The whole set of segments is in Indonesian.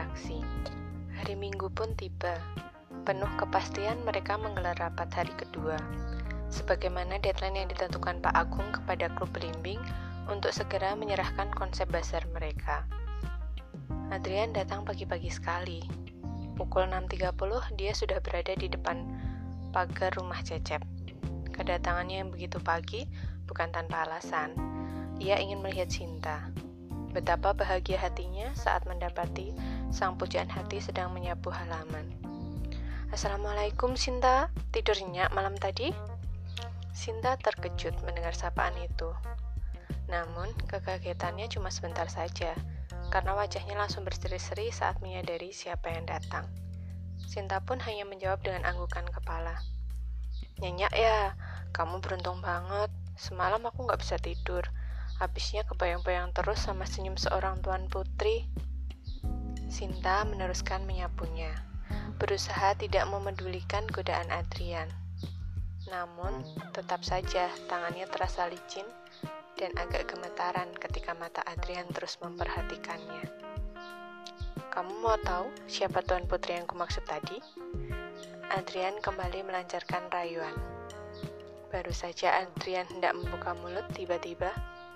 beraksi. Hari Minggu pun tiba. Penuh kepastian mereka menggelar rapat hari kedua. Sebagaimana deadline yang ditentukan Pak Agung kepada klub belimbing untuk segera menyerahkan konsep dasar mereka. Adrian datang pagi-pagi sekali. Pukul 6.30 dia sudah berada di depan pagar rumah Cecep. Kedatangannya yang begitu pagi bukan tanpa alasan. Ia ingin melihat Sinta. Betapa bahagia hatinya saat mendapati sang pujaan hati sedang menyapu halaman. Assalamualaikum Sinta, tidur nyenyak malam tadi? Sinta terkejut mendengar sapaan itu. Namun kekagetannya cuma sebentar saja, karena wajahnya langsung berseri-seri saat menyadari siapa yang datang. Sinta pun hanya menjawab dengan anggukan kepala. Nyenyak ya, kamu beruntung banget. Semalam aku gak bisa tidur. Habisnya kebayang-bayang terus sama senyum seorang Tuan Putri. Sinta meneruskan menyapunya, berusaha tidak memedulikan godaan Adrian. Namun, tetap saja tangannya terasa licin dan agak gemetaran ketika mata Adrian terus memperhatikannya. Kamu mau tahu siapa Tuan Putri yang kumaksud tadi? Adrian kembali melancarkan rayuan. Baru saja Adrian hendak membuka mulut, tiba-tiba,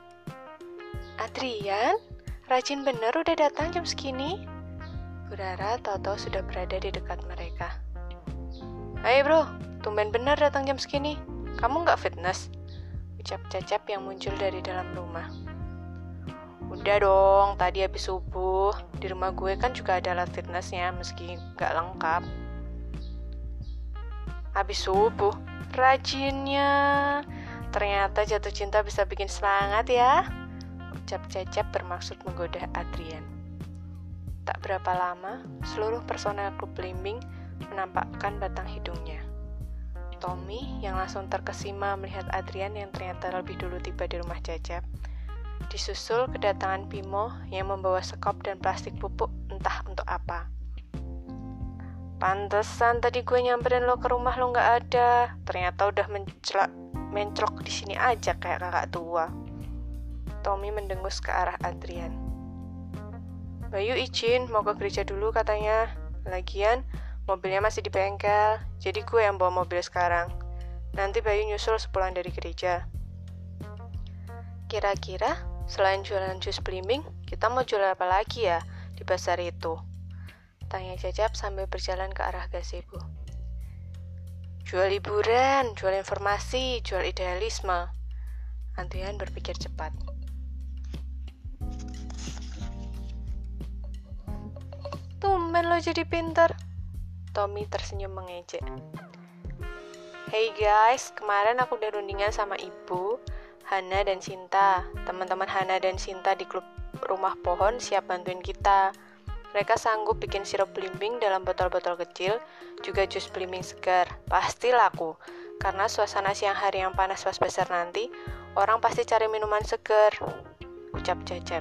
Adrian, rajin bener udah datang jam segini? Bu Rara tahu-tahu sudah berada di dekat mereka. Hai bro, tumben bener datang jam segini. Kamu nggak fitness? Ucap Cecep yang muncul dari dalam rumah. Udah dong, tadi habis subuh. Di rumah gue kan juga ada alat fitnessnya, meski nggak lengkap. Habis subuh, rajinnya. Ternyata jatuh cinta bisa bikin semangat ya. Ucap Cecep bermaksud menggoda Adrian. Tak berapa lama, seluruh personel klub belimbing menampakkan batang hidungnya. Tommy yang langsung terkesima melihat Adrian yang ternyata lebih dulu tiba di rumah Cecep. Disusul kedatangan Bimo yang membawa sekop dan plastik pupuk entah untuk apa. Pantesan tadi gue nyamperin lo ke rumah lo nggak ada. Ternyata udah menclok di sini aja kayak kakak tua. Tommy mendengus ke arah Adrian. Bayu izin mau ke gereja dulu katanya. Lagian mobilnya masih di bengkel, jadi gue yang bawa mobil sekarang. Nanti Bayu nyusul sepulang dari gereja. Kira-kira selain jualan jus belimbing, kita mau jual apa lagi ya di pasar itu? Tanya Cecep sambil berjalan ke arah gazebo. Jual hiburan, jual informasi, jual idealisme. Adrian berpikir cepat. Tumben lo jadi pintar. Tommy tersenyum mengejek. Hey guys, kemarin aku udah rundingan sama Ibu, Hana dan Sinta. Teman-teman Hana dan Sinta di klub rumah pohon siap bantuin kita. Mereka sanggup bikin sirup belimbing dalam botol-botol kecil, juga jus belimbing segar. Pasti laku, karena suasana siang hari yang panas pas-besar nanti, orang pasti cari minuman segar. Ucap Cecep.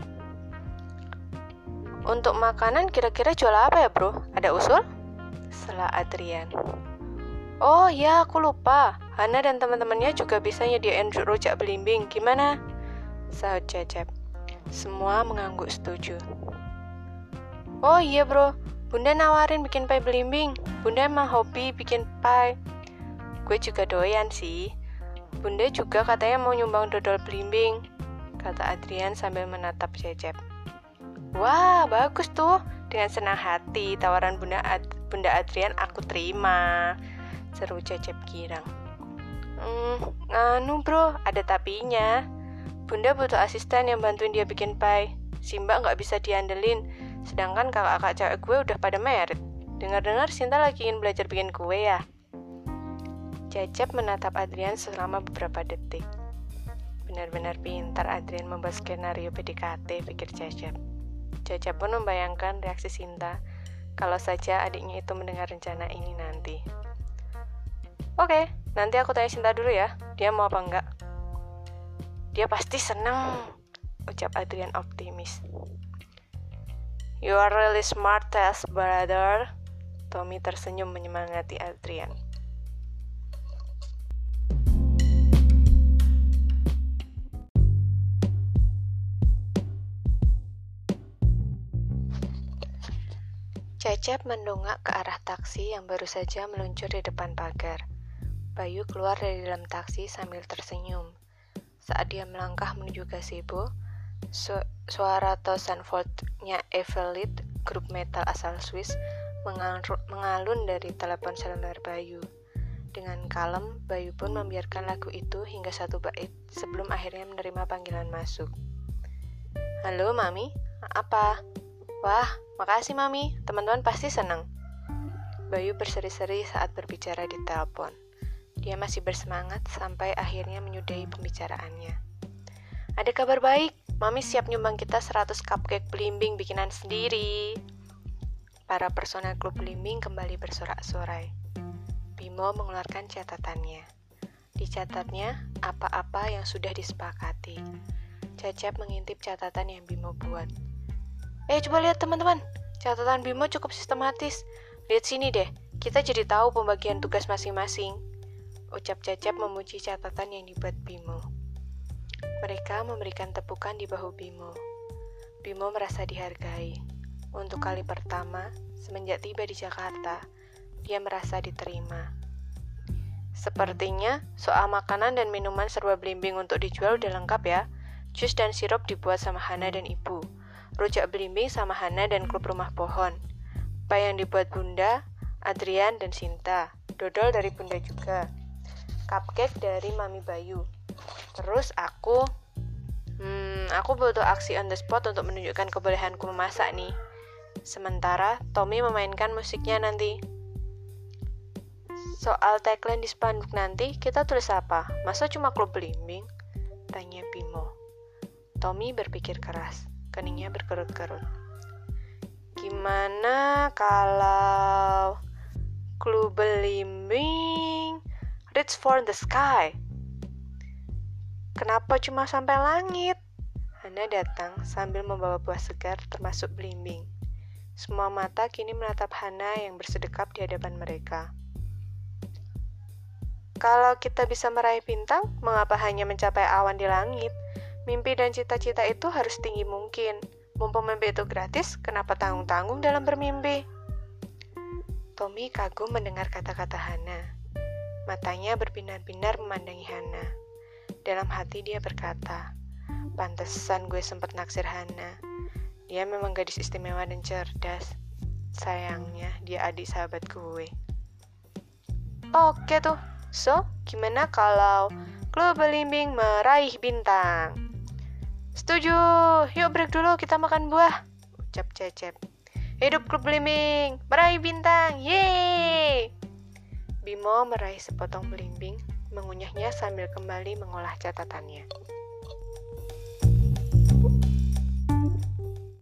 Untuk makanan kira-kira jual apa ya bro? Ada usul? Sela Adrian. Oh ya, aku lupa. Hana dan teman-temannya juga bisa nyediain rujak belimbing. Gimana? Sahut Cecep. Semua mengangguk setuju. Oh iya bro, Bunda nawarin bikin pie belimbing. Bunda emang hobi bikin pie. Gue juga doyan sih. Bunda juga katanya mau nyumbang dodol belimbing, kata Adrian sambil menatap Cecep. Wah, bagus tuh. Dengan senang hati, tawaran Bunda Adrian aku terima. Seru Cecep girang. Anu bro, ada tapinya. Bunda butuh asisten yang bantuin dia bikin pie. Simba gak bisa diandelin. Sedangkan kakak-kakak cewek gue udah pada merit. Dengar-dengar Sinta lagi ingin belajar bikin kue ya. Cecep menatap Adrian selama beberapa detik. Benar-benar pintar Adrian membuat skenario PDKT, pikir Cecep. Cecep pun membayangkan reaksi Sinta kalau saja adiknya itu mendengar rencana ini nanti. Oke, nanti aku tanya Sinta dulu ya, dia mau apa enggak. Dia pasti senang, ucap Adrian optimis. You are really smart, Tess, brother. Tommy tersenyum menyemangati Adrian. Cecep mendongak ke arah taksi yang baru saja meluncur di depan pagar. Bayu keluar dari dalam taksi sambil tersenyum. Saat dia melangkah menuju gazebo, suara tosan Volt-nya Evelit, grup metal asal Swiss, mengalun dari telepon seluler Bayu. Dengan kalem, Bayu pun membiarkan lagu itu hingga 1 bait sebelum akhirnya menerima panggilan masuk. Halo, Mami. Apa? Wah, makasih, Mami. Teman-teman pasti senang. Bayu berseri-seri saat berbicara di telepon. Dia masih bersemangat sampai akhirnya menyudahi pembicaraannya. Ada kabar baik. Mami siap nyumbang kita 100 cupcake belimbing bikinan sendiri. Para personel klub belimbing kembali bersorak-sorai. Bimo mengeluarkan catatannya. Dicatatnya apa-apa yang sudah disepakati. Cecep mengintip catatan yang Bimo buat. Coba lihat teman-teman. Catatan Bimo cukup sistematis. Lihat sini deh, kita jadi tahu pembagian tugas masing-masing. Ucap Cecep memuji catatan yang dibuat Bimo. Mereka memberikan tepukan di bahu Bimo. Bimo merasa dihargai. Untuk kali pertama, semenjak tiba di Jakarta, dia merasa diterima. Sepertinya, soal makanan dan minuman serba belimbing untuk dijual udah lengkap ya. Jus dan sirup dibuat sama Hana dan Ibu. Rujak belimbing sama Hana dan klub rumah pohon. Pie yang dibuat Bunda, Adrian dan Sinta. Dodol dari Bunda juga. Cupcake dari Mami Bayu. Terus aku butuh aksi on the spot untuk menunjukkan kebolehanku memasak nih. Sementara Tommy memainkan musiknya nanti. Soal tagline di spanduk nanti, kita tulis apa? Masa cuma klub belimbing? Tanya Bimo. Tommy berpikir keras. Keningnya berkerut-kerut. Gimana kalau klub belimbing reach for the sky? Kenapa cuma sampai langit? Hana datang sambil membawa buah segar termasuk belimbing. Semua mata kini menatap Hana yang bersedekap di hadapan mereka. Kalau kita bisa meraih bintang, mengapa hanya mencapai awan di langit? Mimpi dan cita-cita itu harus tinggi mungkin. Mumpung mimpi itu gratis, kenapa tanggung-tanggung dalam bermimpi? Tommy kagum mendengar kata-kata Hana. Matanya berbinar-binar memandangi Hana. Dalam hati dia berkata, pantesan gue sempat naksir Hana. Dia memang gadis istimewa dan cerdas. Sayangnya, dia adik sahabat gue. Oke tuh. So, gimana kalau klub belimbing meraih bintang? Setuju. Yuk break dulu, kita makan buah. Ucap Cecep. Hidup klub belimbing, meraih bintang. Yeay! Bimo meraih sepotong belimbing, mengunyahnya sambil kembali mengolah catatannya.